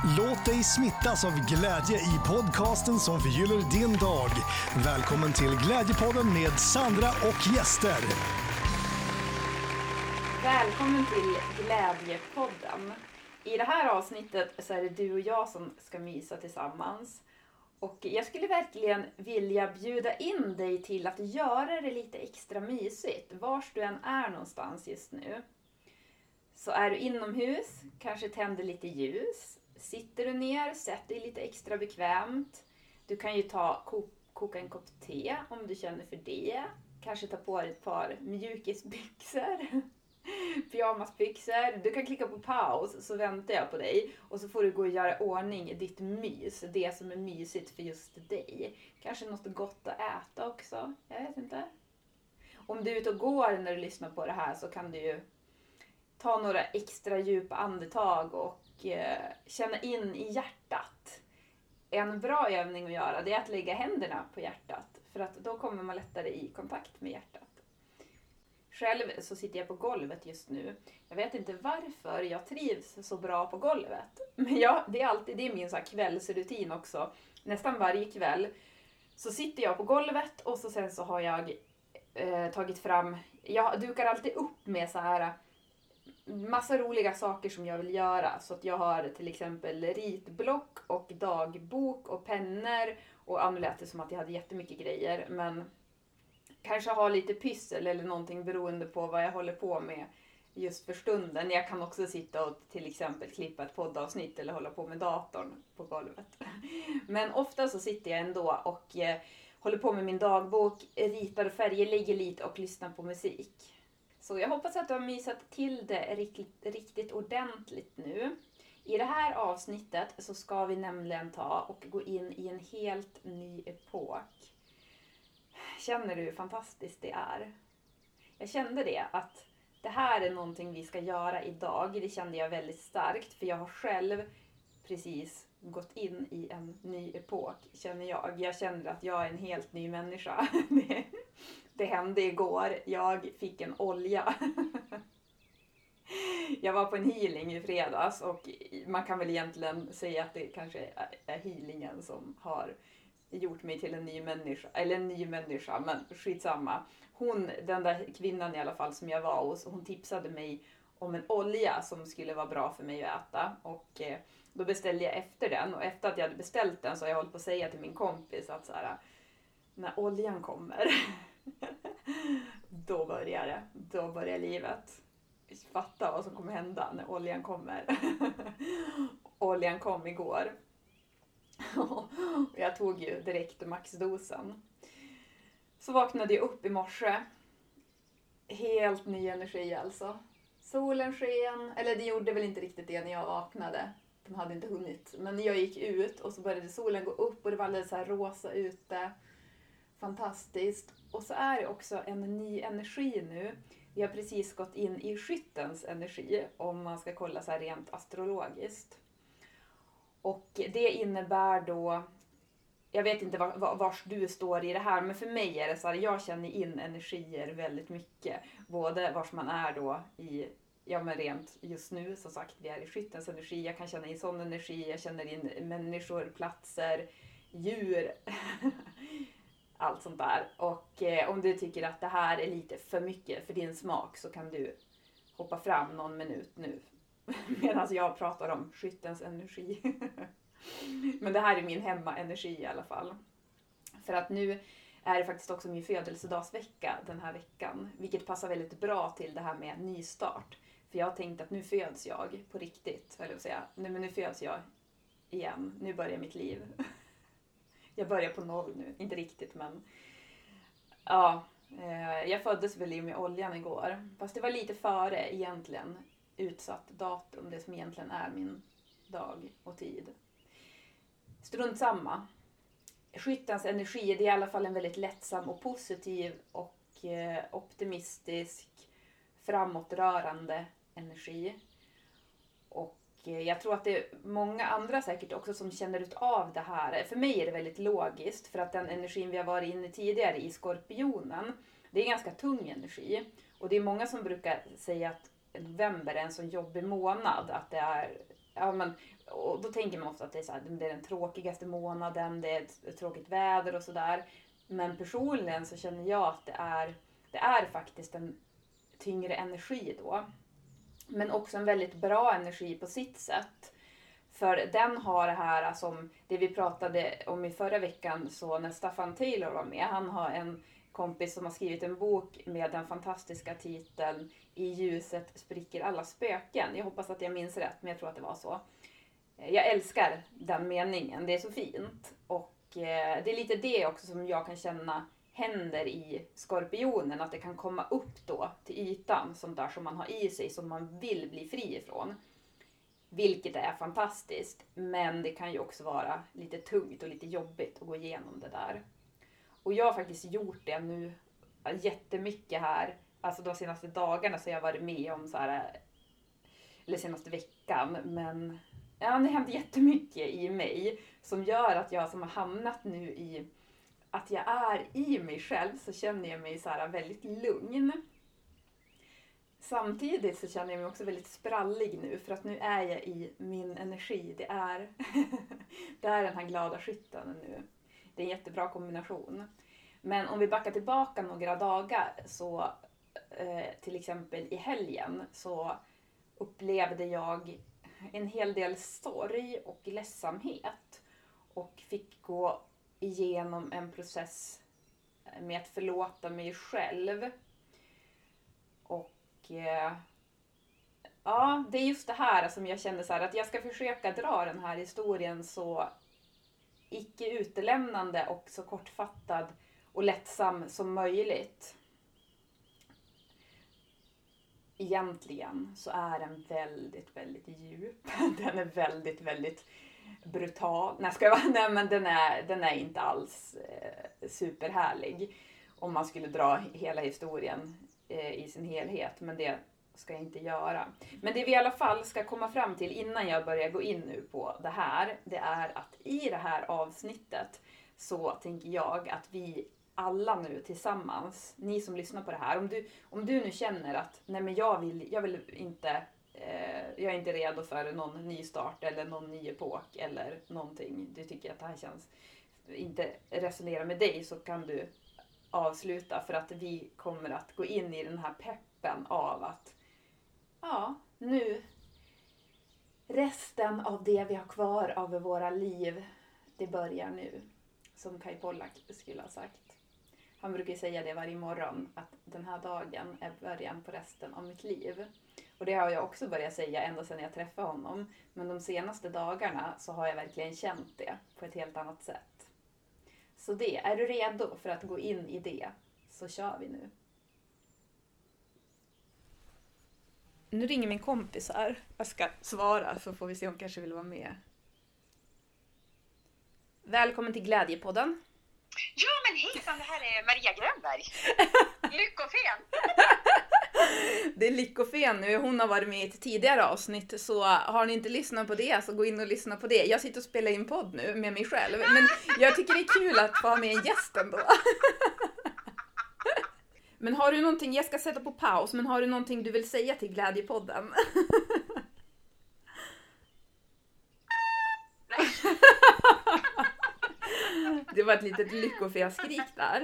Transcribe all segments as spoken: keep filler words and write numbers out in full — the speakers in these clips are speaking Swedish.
Låt dig smittas av glädje i podcasten som förgyller din dag. Välkommen till Glädjepodden med Sandra och gäster. Välkommen till Glädjepodden. I det här avsnittet så är det du och jag som ska mysa tillsammans. Och jag skulle verkligen vilja bjuda in dig till att göra det lite extra mysigt. Vars du än är någonstans just nu. Så är du inomhus, kanske tänder lite ljus. Sitter du ner, sätt dig lite extra bekvämt. Du kan ju ta koka en kopp te om du känner för det. Kanske ta på dig ett par mjukisbyxor. Pyjamasbyxor. Du kan klicka på paus så väntar jag på dig. Och så får du gå och göra ordning i ditt mys. Det som är mysigt för just dig. Kanske något gott att äta också. Jag vet inte. Om du är ute och går när du lyssnar på det här så kan du ju ta några extra djupa andetag och eh, känna in i hjärtat. En bra övning att göra det är att lägga händerna på hjärtat. För att då kommer man lättare i kontakt med hjärtat. Själv så sitter jag på golvet just nu. Jag vet inte varför jag trivs så bra på golvet. Men ja, det är alltid det är min så här kvällsrutin också. Nästan varje kväll så sitter jag på golvet och så sen så har jag eh, tagit fram... Jag dukar alltid upp med så här massa roliga saker som jag vill göra. Så att jag har till exempel ritblock och dagbok och pennor. Och nu lät det som att jag hade jättemycket grejer. Men kanske ha lite pyssel eller någonting beroende på vad jag håller på med just för stunden. Jag kan också sitta och till exempel klippa ett poddavsnitt eller hålla på med datorn på golvet. Men ofta så sitter jag ändå och eh, håller på med min dagbok, ritar och färglägger lite och lyssnar på musik. Så jag hoppas att du har mysat till det riktigt, riktigt ordentligt nu. I det här avsnittet så ska vi nämligen ta och gå in i en helt ny epok. Känner du hur fantastiskt det är? Jag kände det, att det här är någonting vi ska göra idag. Det kände jag väldigt starkt, för jag har själv precis gått in i en ny epok, känner jag. Jag känner att jag är en helt ny människa. Det, det hände igår. Jag fick en olja. Jag var på en healing i fredags och man kan väl egentligen säga att det kanske är healingen som har gjort mig till en ny människa, eller en ny människa, men skitsamma. Hon, den där kvinnan i alla fall som jag var hos, hon tipsade mig om en olja som skulle vara bra för mig att äta. Och eh, då beställde jag efter den, och efter att jag hade beställt den så har jag hållit på att säga till min kompis att så här, när oljan kommer, då börjar det, då börjar livet. Fatta vad som kommer hända när oljan kommer. Oljan kom igår. Jag tog ju direkt maxdosen. Så vaknade jag upp i morse. Helt ny energi alltså. Solen sken. Eller det gjorde väl inte riktigt det när jag vaknade. De hade inte hunnit. Men jag gick ut och så började solen gå upp. Och det var alldeles så här rosa ute. Fantastiskt. Och så är det också en ny energi nu. Vi har precis gått in i skyttens energi. Om man ska kolla så här rent astrologiskt. Och det innebär då, jag vet inte var, var, vars du står i det här, men för mig är det så här, jag känner in energier väldigt mycket. Både vars man är då i, ja men rent just nu, som sagt, vi är i skyttens energi. Jag kan känna in sån energi, jag känner in människor, platser, djur, allt sånt där. Och eh, om du tycker att det här är lite för mycket för din smak så kan du hoppa fram någon minut nu. Medan jag pratar om skyttens energi. Men det här är min hemmaenergi i alla fall. För att nu är det faktiskt också min födelsedagsvecka den här veckan. Vilket passar väldigt bra till det här med nystart. För jag har tänkt att nu föds jag på riktigt. Eller att säga, nej men nu föds jag igen. Nu börjar mitt liv. Jag börjar på noll nu. Inte riktigt men... Ja, jag föddes väl i med oljan igår. Fast det var lite före egentligen. Utsatt datum, det som egentligen är min dag och tid. Strunt samma. Skyttens energi, det är i alla fall en väldigt lättsam och positiv och eh, optimistisk, framåtrörande energi. Och eh, jag tror att det är många andra säkert också som känner ut av det här. För mig är det väldigt logiskt, för att den energin vi har varit inne tidigare i Skorpionen, det är en ganska tung energi. Och det är många som brukar säga att november är en sån jobbig månad, att det är, ja men och då tänker man ofta att det är, så här, det är den tråkigaste månaden, det är ett, ett tråkigt väder och sådär. Men personligen så känner jag att det är, det är faktiskt en tyngre energi då. Men också en väldigt bra energi på sitt sätt. För den har det här som det vi pratade om i förra veckan, så när Staffan Taylor var med. Han har en kompis som har skrivit en bok med den fantastiska titeln I ljuset spricker alla spöken. Jag hoppas att jag minns rätt, men jag tror att det var så. Jag älskar den meningen, det är så fint. Och eh, det är lite det också som jag kan känna händer i skorpionen. Att det kan komma upp då till ytan, sånt där som man har i sig, som man vill bli fri ifrån. Vilket är fantastiskt, men det kan ju också vara lite tungt och lite jobbigt att gå igenom det där. Och jag har faktiskt gjort det nu jättemycket här. Alltså de senaste dagarna så har jag varit med om så här, eller senaste veckan. Men ja, det har hänt jättemycket i mig som gör att jag som har hamnat nu i att jag är i mig själv, så känner jag mig så här väldigt lugn. Samtidigt så känner jag mig också väldigt sprallig nu, för att nu är jag i min energi. Det är, det är den här glada skytten nu. Det är en jättebra kombination. Men om vi backar tillbaka några dagar, så eh, till exempel i helgen så upplevde jag en hel del sorg och ledsamhet. Och fick gå igenom en process med att förlåta mig själv. Och ja, det är just det här som jag kände så här, att jag ska försöka dra den här historien så icke utelämnande och så kortfattad och lättsam som möjligt. Egentligen så är den väldigt, väldigt djup. Den är väldigt, väldigt brutal. Nej, ska jag, nej men den är, den är inte alls eh, superhärlig om man skulle dra hela historien eh, i sin helhet. Men det ska jag inte göra. Men det vi i alla fall ska komma fram till innan jag börjar gå in nu på det här, det är att i det här avsnittet så tänker jag att vi alla nu tillsammans, ni som lyssnar på det här, om du, om du nu känner att nej men jag vill, jag vill inte, eh, jag är inte redo för någon ny start eller någon ny epok eller någonting, du tycker att det här känns, inte resonera med dig, så kan du avsluta, för att vi kommer att gå in i den här peppen av att ja, nu resten av det vi har kvar av våra liv, det börjar nu, som Kai Pollak skulle ha sagt. Han brukar säga det varje morgon, att den här dagen är början på resten av mitt liv. Och det har jag också börjat säga ända sedan jag träffade honom. Men de senaste dagarna så har jag verkligen känt det på ett helt annat sätt. Så det, är du redo för att gå in i det, så kör vi nu. Nu ringer min kompis här. Jag ska svara så får vi se om hon kanske vill vara med. Välkommen till Glädjepodden. Ja, men hejsan, det här är Maria Grönberg. Lyckofen. Det är Lyckofen nu. Hon har varit med i ett tidigare avsnitt. Så har ni inte lyssnat på det, så gå in och lyssna på det. Jag sitter och spelar in podd nu med mig själv. Men jag tycker det är kul att få ha med en gäst ändå. Men har du någonting, jag ska sätta på paus, men har du någonting du vill säga till Glädjepodden? Nej. Det var ett litet lyckofea-skrik där.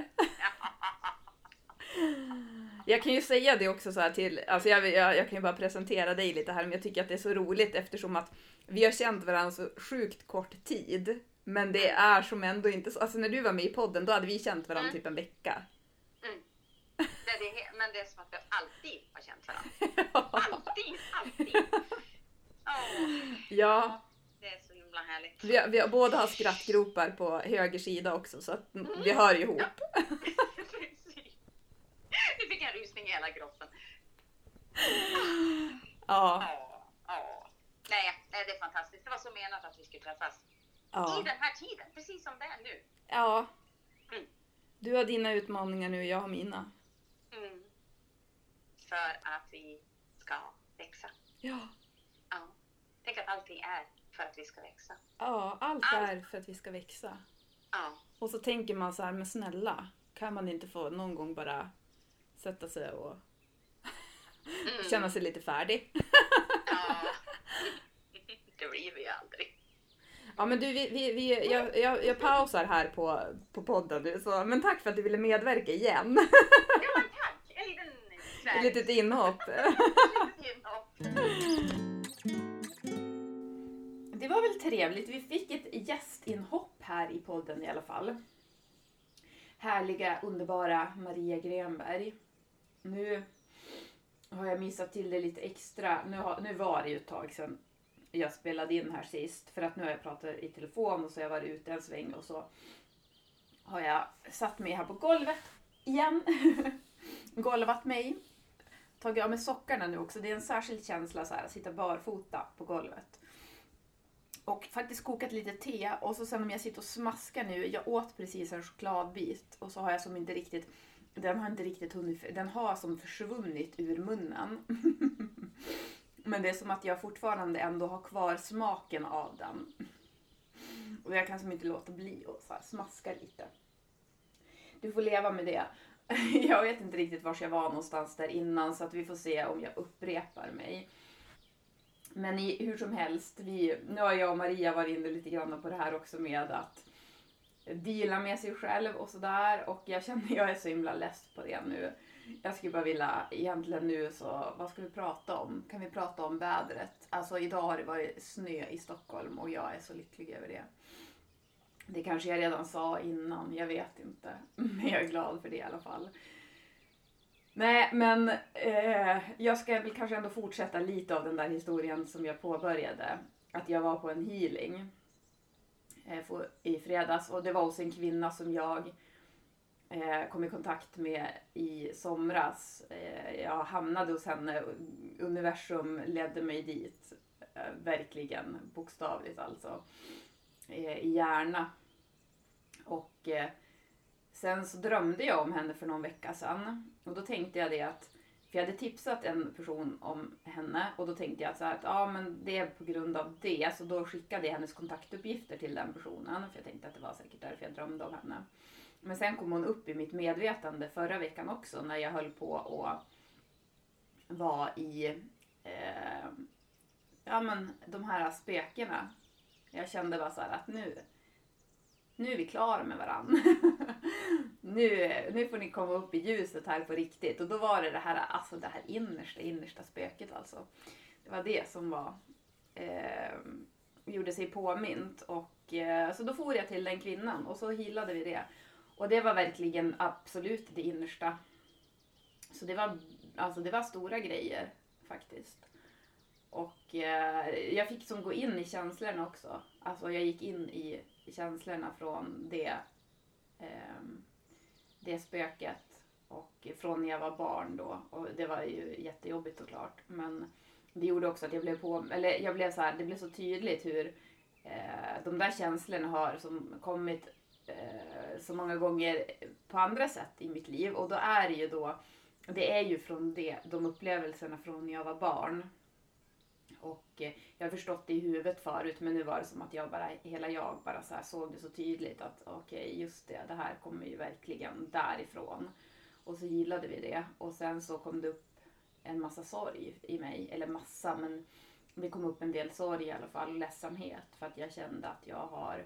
Jag kan ju säga det också så här till, alltså jag, jag, jag kan ju bara presentera dig lite här, men jag tycker att det är så roligt eftersom att vi har känt varandra så sjukt kort tid. Men det är som ändå inte så, alltså när du var med i podden, då hade vi känt varandra Mm. typ en vecka. Mm. Det är det, men det är som att vi alltid har känt varandra. Alltid, alltid. Åh, Ja, det är så himla härligt. vi, vi har båda har skrattgropar på höger sida också, så att vi hör ihop. Ja. Precis. Vi fick en rysning i hela kroppen. Ja, Åh, åh. Nej, nej, det är fantastiskt. Det var så menat att vi skulle träffas. ja, I den här tiden, precis som det är nu. ja. Mm. Du har dina utmaningar nu, jag har mina. Mm. För att vi ska växa. Ja, Ja. Tänk att allting är för att vi ska växa. ja, allt är för att vi ska växa. Ja. Och så tänker man så här, men snälla, kan man inte få någon gång bara sätta sig och Mm. känna sig lite färdig? Ja. Det blir vi aldrig. Ja men du, vi, vi, vi, jag, jag, jag pausar här på, på podden nu. Så, men tack för att du ville medverka igen. Ja men tack! En liten Ett litet inhopp. Ett litet inhopp. Det var väl trevligt. Vi fick ett gästinhopp här i podden i alla fall. Härliga, underbara Maria Grenberg. Nu har jag missat till det lite extra. Nu, har, nu var det ju ett tag sedan jag spelade in här sist. För att nu har jag pratat i telefon och så har jag varit ute en sväng. Och så har jag satt mig här på golvet igen. Golvat mig. Tagit av mig sockarna nu också. Det är en särskild känsla så här, att sitta barfota på golvet. Och faktiskt kokat lite te. Och så sen om jag sitter och smaskar nu. Jag åt precis en chokladbit. Och så har jag som inte riktigt... Den har inte riktigt hunnit... Den har som försvunnit ur munnen. Men det är som att jag fortfarande ändå har kvar smaken av den. Och jag kan som inte låta bli och så här smaska lite. Du får leva med det. Jag vet inte riktigt var jag var någonstans där innan. Så att vi får se om jag upprepar mig. Men i, hur som helst, vi, nu har jag och Maria varit inne lite grann på det här också med att dela med sig själv och sådär. Och jag känner att jag är så himla less på det nu. Jag skulle bara vilja, egentligen nu så, vad ska vi prata om? Kan vi prata om vädret? Alltså idag har det varit snö i Stockholm och jag är så lycklig över det. Det kanske jag redan sa innan, jag vet inte. Men jag är glad för det i alla fall. Nej, men eh, jag ska väl kanske ändå fortsätta lite av den där historien som jag påbörjade. Att jag var på en healing eh, för, i fredags. Och det var hos en kvinna som jag eh, kom i kontakt med i somras. Eh, jag hamnade hos henne. Universum ledde mig dit. Eh, verkligen, bokstavligt alltså. Eh, I hjärna. Och... Eh, Sen så drömde jag om henne för någon vecka sedan. Och då tänkte jag det att, för jag hade tipsat en person om henne. Och då tänkte jag att, så här, att ja, men det är på grund av det. Så då skickade jag hennes kontaktuppgifter till den personen. För jag tänkte att det var säkert därför jag drömde om henne. Men sen kom hon upp i mitt medvetande förra veckan också. När jag höll på att vara i eh, ja, men de här spökena. Jag kände bara så här att nu... Nu är vi klara med varann. nu, nu får ni komma upp i ljuset här på riktigt. Och då var det det här, alltså det här innersta, innersta spöket alltså. Det var det som var, eh, gjorde sig påmint. Och eh, så då får jag till den kvinnan och så healade vi det. Och det var verkligen absolut det innersta. Så det var, alltså det var stora grejer faktiskt. Och eh, jag fick som gå in i känslorna också. Alltså jag gick in i känslorna från det, eh, det spöket och från när jag var barn då. Och det var ju jättejobbigt såklart. Men det gjorde också att jag blev på, eller jag blev så här, det blev så tydligt hur eh, de där känslorna har som kommit eh, så många gånger på andra sätt i mitt liv. Och då är det ju då, det är ju från det, de upplevelserna från när jag var barn. Och eh, jag har förstått det i huvudet förut, men nu var det som att jag bara, hela jag bara så här såg det så tydligt att okej, okay, just det, det här kommer ju verkligen därifrån. Och så gillade vi det. Och sen så kom det upp en massa sorg i mig, eller massa, men det kom upp en del sorg i alla fall, ledsamhet, för att jag kände att jag har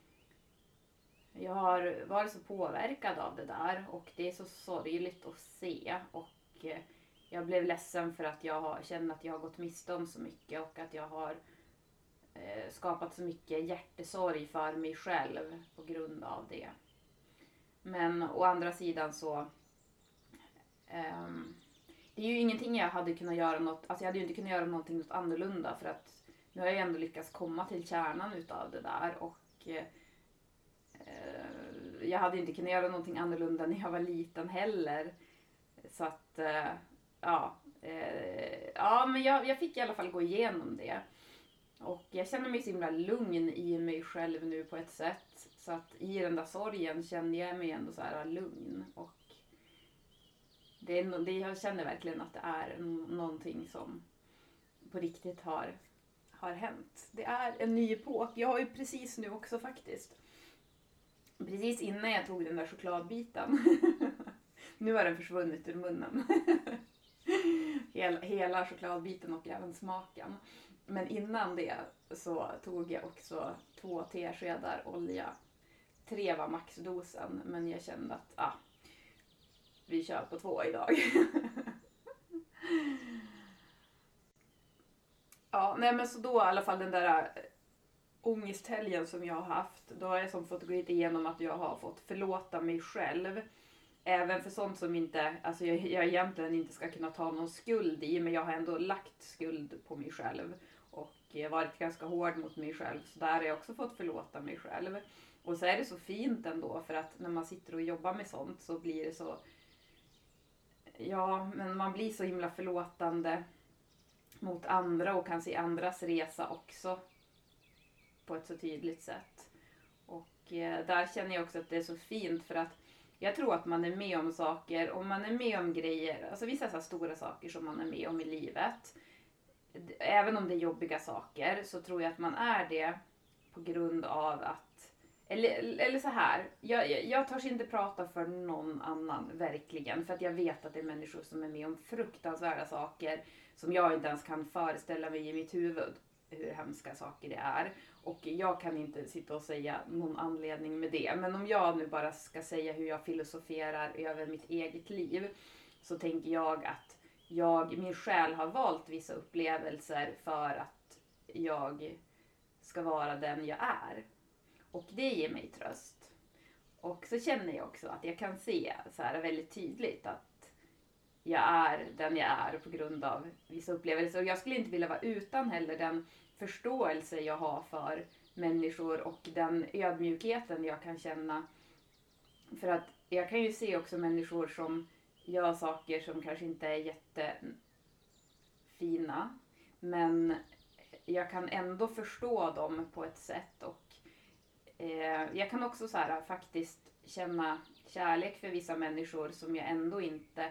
jag har varit så påverkad av det där och det är så sorgligt att se. Och eh, jag blev ledsen för att jag har, känner att jag har gått miste om så mycket och att jag har eh, skapat så mycket hjärtesorg för mig själv på grund av det. Men å andra sidan så eh, det är ju ingenting jag hade kunnat göra något, alltså jag hade ju inte kunnat göra någonting något annorlunda, för att nu har jag ändå lyckats komma till kärnan utav det där och eh, jag hade inte kunnat göra någonting annorlunda när jag var liten heller. Så att eh, ja, eh, ja men jag, jag fick i alla fall gå igenom det. Och jag känner mig så himla lugn i mig själv nu på ett sätt. Så att i den där sorgen känner jag mig ändå så här lugn. Och det är, det, jag känner verkligen att det är någonting som på riktigt har, har hänt. Det är en ny epok. Jag har ju precis nu också faktiskt. Precis innan jag tog den där chokladbiten. Nu har den försvunnit ur munnen. hela, hela chokladbiten och även smaken. men innan det så tog jag också två teskedar olja. Tre var maxdosen, men jag kände att ah, vi kör på två idag. Ja, nej men så då i alla fall den där ångesthelgen som jag har haft, då har jag som fått gå igenom att jag har fått förlåta mig själv. Även för sånt som inte, alltså jag, jag egentligen inte ska kunna ta någon skuld i, men jag har ändå lagt skuld på mig själv. Och varit ganska hård mot mig själv, så där har jag också fått förlåta mig själv. Och så är det så fint ändå, för att när man sitter och jobbar med sånt så blir det så, ja men man blir så himla förlåtande mot andra och kan se andras resa också på ett så tydligt sätt. Och eh, där känner jag också att det är så fint, för att jag tror att man är med om saker, och man är med om grejer, alltså vissa så här stora saker som man är med om i livet. Även om det är jobbiga saker så tror jag att man är det på grund av att, eller, eller så här, jag, jag törs inte prata för någon annan verkligen, för att jag vet att det är människor som är med om fruktansvärda saker som jag inte ens kan föreställa mig i mitt huvud hur hemska saker det är. Och jag kan inte sitta och säga någon anledning med det. Men om jag nu bara ska säga hur jag filosoferar över mitt eget liv, så tänker jag att jag, min själ har valt vissa upplevelser för att jag ska vara den jag är. Och det ger mig tröst. Och så känner jag också att jag kan se så här väldigt tydligt att jag är den jag är på grund av vissa upplevelser. Och jag skulle inte vilja vara utan heller den förståelse jag har för människor och den ödmjukheten jag kan känna. För att jag kan ju se också människor som gör saker som kanske inte är jättefina. Men jag kan ändå förstå dem på ett sätt. Och eh, jag kan också så här, faktiskt känna kärlek för vissa människor som jag ändå inte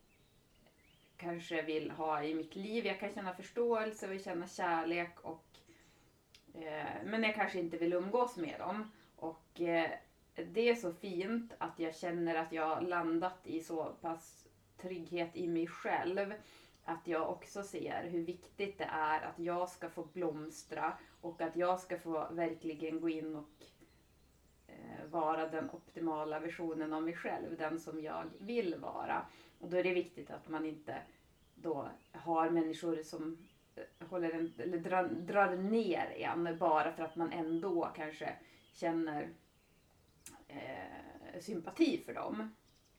kanske vill ha i mitt liv. Jag kan känna förståelse och känna kärlek. Och, eh, men jag kanske inte vill umgås med dem. Och eh, det är så fint att jag känner att jag har landat i så pass trygghet i mig själv. Att jag också ser hur viktigt det är att jag ska få blomstra. Och att jag ska få verkligen gå in och eh, vara den optimala versionen av mig själv. Den som jag vill vara. Och då är det viktigt att man inte då har människor som håller en, eller drar, drar ner en bara för att man ändå kanske känner eh, sympati för dem.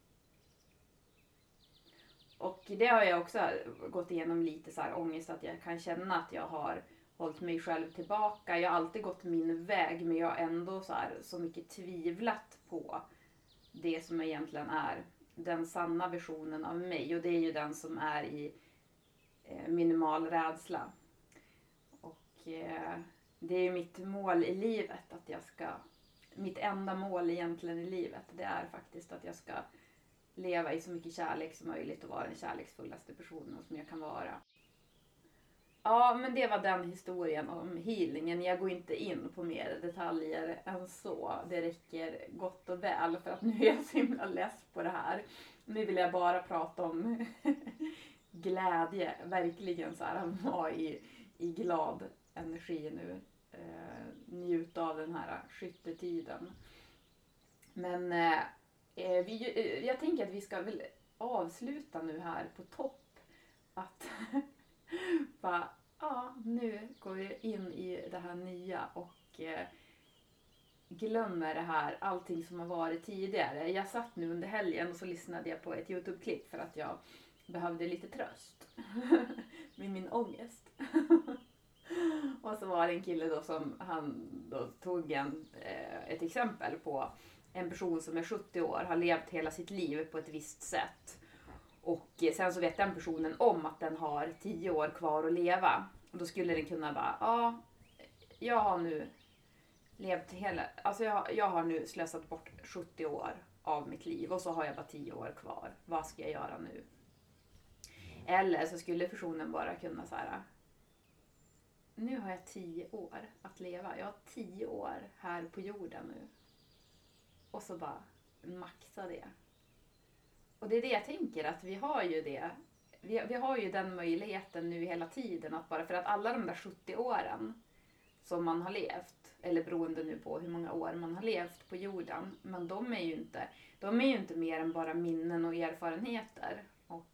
Och det har jag också gått igenom lite så här ångest, att jag kan känna att jag har hållit mig själv tillbaka. Jag har alltid gått min väg, men jag har ändå så här så mycket tvivlat på det som egentligen är den sanna versionen av mig. Och det är ju den som är i eh, minimal rädsla. Och eh, det är ju mitt mål i livet att jag ska, mitt enda mål egentligen i livet, det är faktiskt att jag ska leva i så mycket kärlek som möjligt och vara den kärleksfullaste personen som jag kan vara. Ja, men det var den historien om healingen. Jag går inte in på mer detaljer än så. Det räcker gott och väl, för att nu är jag så himla less på det här. Nu vill jag bara prata om glädje. Verkligen så här, vara i, i glad energi nu. Eh, njuta av den här skyttetiden. Men eh, vi, jag tänker att vi ska väl avsluta nu här på topp. Att bara, ja, nu går vi in i det här nya och eh, glömmer det här, allting som har varit tidigare. Jag satt nu under helgen och så lyssnade jag på ett YouTube-klipp för att jag behövde lite tröst med min ångest. Och så var det en kille då som han då tog en, eh, ett exempel på en person som är sjuttio år, har levt hela sitt liv på ett visst sätt. Och sen så vet den personen om att den har tio år kvar att leva. Och då skulle den kunna bara, ja, jag har nu levt hela, alltså jag, jag har nu slösat bort sjuttio år av mitt liv och så har jag bara tio år kvar. Vad ska jag göra nu? Eller så skulle personen bara kunna så här, nu har jag tio år att leva. Jag har tio år här på jorden nu. Och så bara maxa det. Och det är det jag tänker, att vi har ju det vi, vi har ju den möjligheten nu hela tiden att bara för att alla de där sjuttio åren som man har levt, eller beroende nu på hur många år man har levt på jorden, men de är ju inte, de är ju inte mer än bara minnen och erfarenheter. Och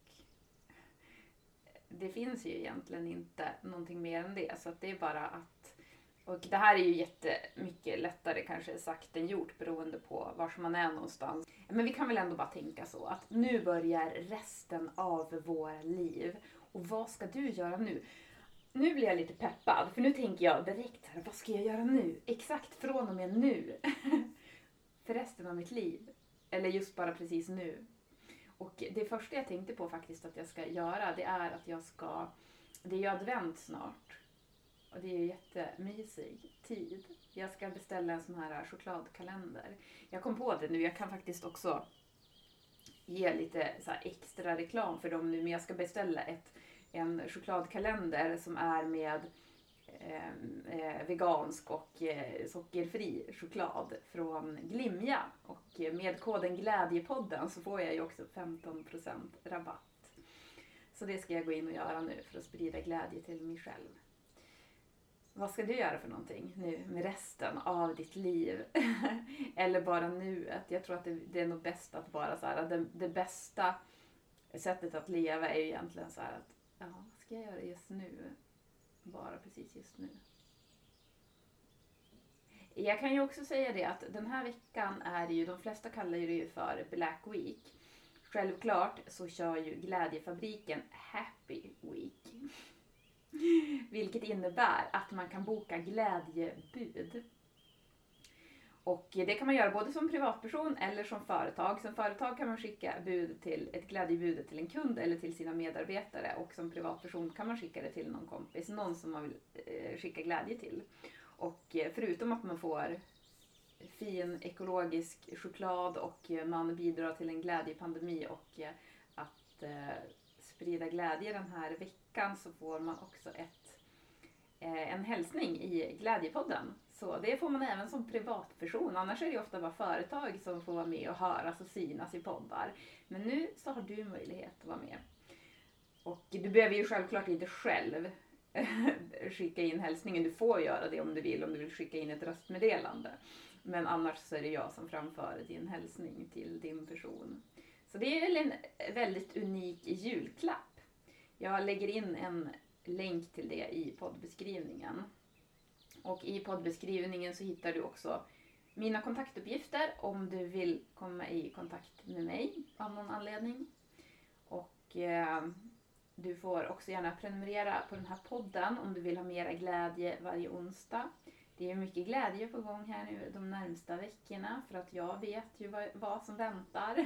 det finns ju egentligen inte någonting mer än det, så att det är bara att, och det här är ju jättemycket lättare kanske sagt än gjort beroende på var man är någonstans. Men vi kan väl ändå bara tänka så att nu börjar resten av våra liv. Och vad ska du göra nu? Nu blir jag lite peppad, för nu tänker jag direkt här, vad ska jag göra nu? Exakt från och med nu. För resten av mitt liv. Eller just bara precis nu. Och det första jag tänkte på faktiskt att jag ska göra, det är att jag ska, det är ju advent snart. Och det är ju jättemysig tid. Jag ska beställa en sån här chokladkalender. Jag kom på det nu, jag kan faktiskt också ge lite så här extra reklam för dem nu. Men jag ska beställa ett, en chokladkalender som är med eh, vegansk och eh, sockerfri choklad från Glimja. Och med koden Glädjepodden så får jag ju också femton procent rabatt. Så det ska jag gå in och göra nu för att sprida glädje till mig själv. Vad ska du göra för någonting nu med resten av ditt liv? Eller bara nuet? Jag tror att det, det är nog bäst att bara så här, det, det bästa sättet att leva är ju egentligen så här att, ja, vad ska jag göra just nu? Bara precis just nu. Jag kan ju också säga det att den här veckan är ju, de flesta kallar ju det ju för Black Week. Självklart så kör ju Glädjefabriken Happy Week. Vilket innebär att man kan boka glädjebud. Och det kan man göra både som privatperson eller som företag. Som företag kan man skicka bud till, ett glädjebud till en kund eller till sina medarbetare. Och som privatperson kan man skicka det till någon kompis, någon som man vill eh, skicka glädje till. Och eh, förutom att man får fin ekologisk choklad och eh, man bidrar till en glädjepandemi och eh, att eh, sprida glädje den här veckan, så får man också ett, eh, en hälsning i Glädjepodden. Så det får man även som privatperson. Annars är det ofta bara företag som får vara med och höras och synas i poddar. Men nu så har du möjlighet att vara med. Och du behöver ju självklart inte själv skicka in hälsningen. Du får göra det om du vill, om du vill skicka in ett röstmeddelande. Men annars så är det jag som framför din hälsning till din person. Så det är väl en väldigt unik julklapp. Jag lägger in en länk till det i poddbeskrivningen. Och i poddbeskrivningen så hittar du också mina kontaktuppgifter om du vill komma i kontakt med mig av någon anledning. Och eh, du får också gärna prenumerera på den här podden om du vill ha mera glädje varje onsdag. Det är mycket glädje på gång här nu de närmsta veckorna, för att jag vet ju vad, vad som väntar.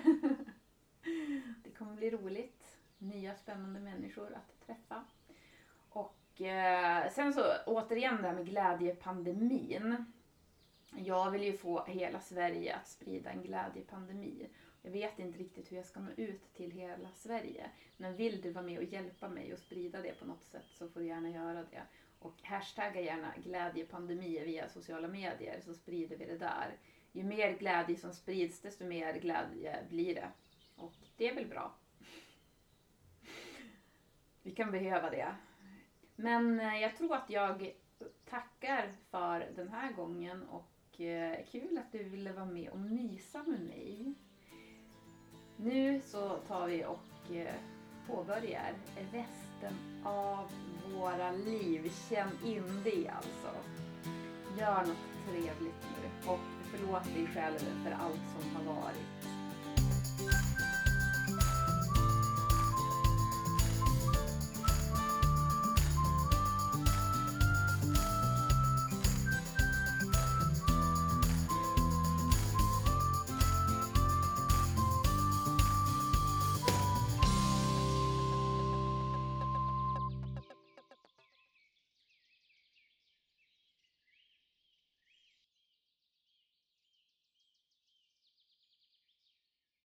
Det kommer bli roligt. Nya spännande människor att träffa. Och eh, sen så återigen det här med glädjepandemin. Jag vill ju få hela Sverige att sprida en glädjepandemi. Jag vet inte riktigt hur jag ska nå ut till hela Sverige. Men vill du vara med och hjälpa mig och sprida det på något sätt, så får du gärna göra det. Och hashtagga gärna glädjepandemi via sociala medier, så sprider vi det där. Ju mer glädje som sprids, desto mer glädje blir det. Och det är väl bra. Vi kan behöva det. Men jag tror att jag tackar för den här gången. Och kul att du ville vara med och mysa med mig. Nu så tar vi och påbörjar resten av våra liv. Känn in det alltså. Gör något trevligt nu. Och förlåt dig själv för allt som har varit.